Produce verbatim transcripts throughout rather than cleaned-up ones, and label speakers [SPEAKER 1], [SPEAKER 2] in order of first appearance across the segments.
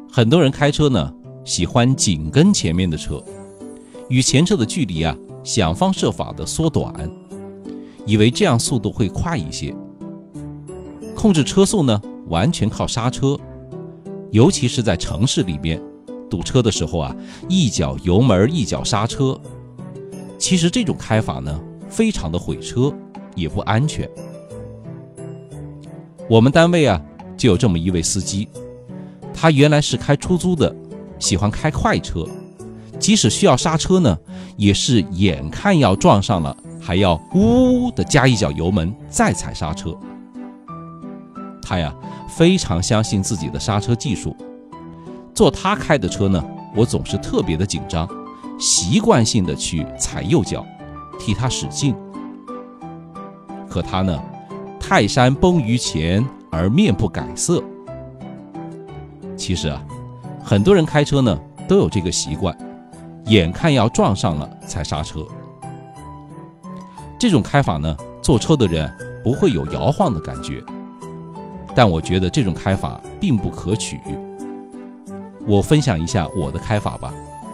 [SPEAKER 1] 很多人开车呢，喜欢紧跟前面的车，与前车的距离啊，想方设法的缩短，以为这样速度会快一些。控制车速呢，完全靠刹车，尤其是在城市里面堵车的时候啊，一脚油门一脚刹车。其实这种开法呢，非常的毁车，也不安全。我们单位啊，就有这么一位司机，他原来是开出租的，喜欢开快车，即使需要刹车呢，也是眼看要撞上了，还要呜呜的加一脚油门再踩刹车。他呀，非常相信自己的刹车技术。坐他开的车呢，我总是特别的紧张，习惯性的去踩右脚，替他使劲。可他呢，泰山崩于前而面不改色。其实啊，很多人开车呢都有这个习惯，眼看要撞上了才刹车。这种开法呢，坐车的人不会有摇晃的感觉，但我觉得这种开法并不可取。我分享一下我的开法吧。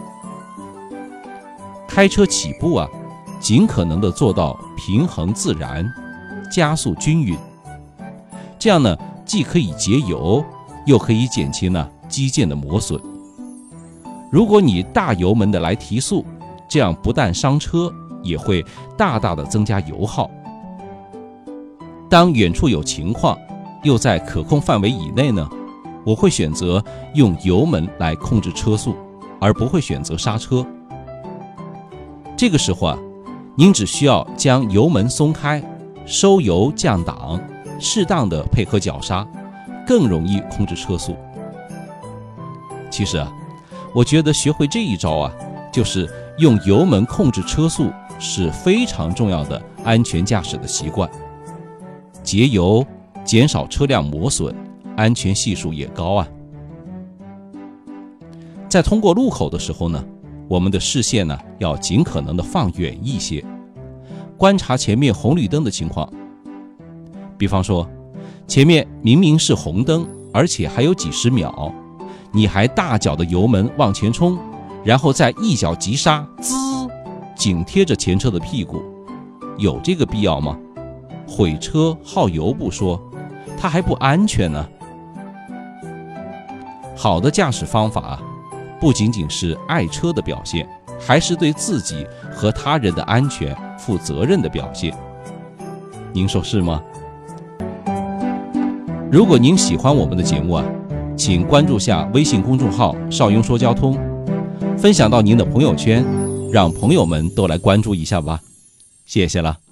[SPEAKER 1] 开车起步啊，尽可能的做到平衡自然，加速均匀，这样呢，既可以节油，又可以减轻呢肌腱的磨损。如果你大油门的来提速，这样不但伤车，也会大大的增加油耗。当远处有情况，又在可控范围以内呢，我会选择用油门来控制车速，而不会选择刹车。这个时候啊，您只需要将油门松开，收油降档，适当的配合脚刹，更容易控制车速。其实啊，我觉得学会这一招啊，就是用油门控制车速是非常重要的安全驾驶的习惯。节油，减少车辆磨损，安全系数也高啊。在通过路口的时候呢，我们的视线呢要尽可能的放远一些，观察前面红绿灯的情况。比方说，前面明明是红灯，而且还有几十秒，你还大脚的油门往前冲，然后再一脚急刹，滋，紧贴着前车的屁股，有这个必要吗？毁车耗油不说，它还不安全呢。好的驾驶方法不仅仅是爱车的表现，还是对自己和他人的安全负责任的表现。您说是吗？如果您喜欢我们的节目啊，请关注下微信公众号邵雍说交通，分享到您的朋友圈，让朋友们都来关注一下吧。谢谢了。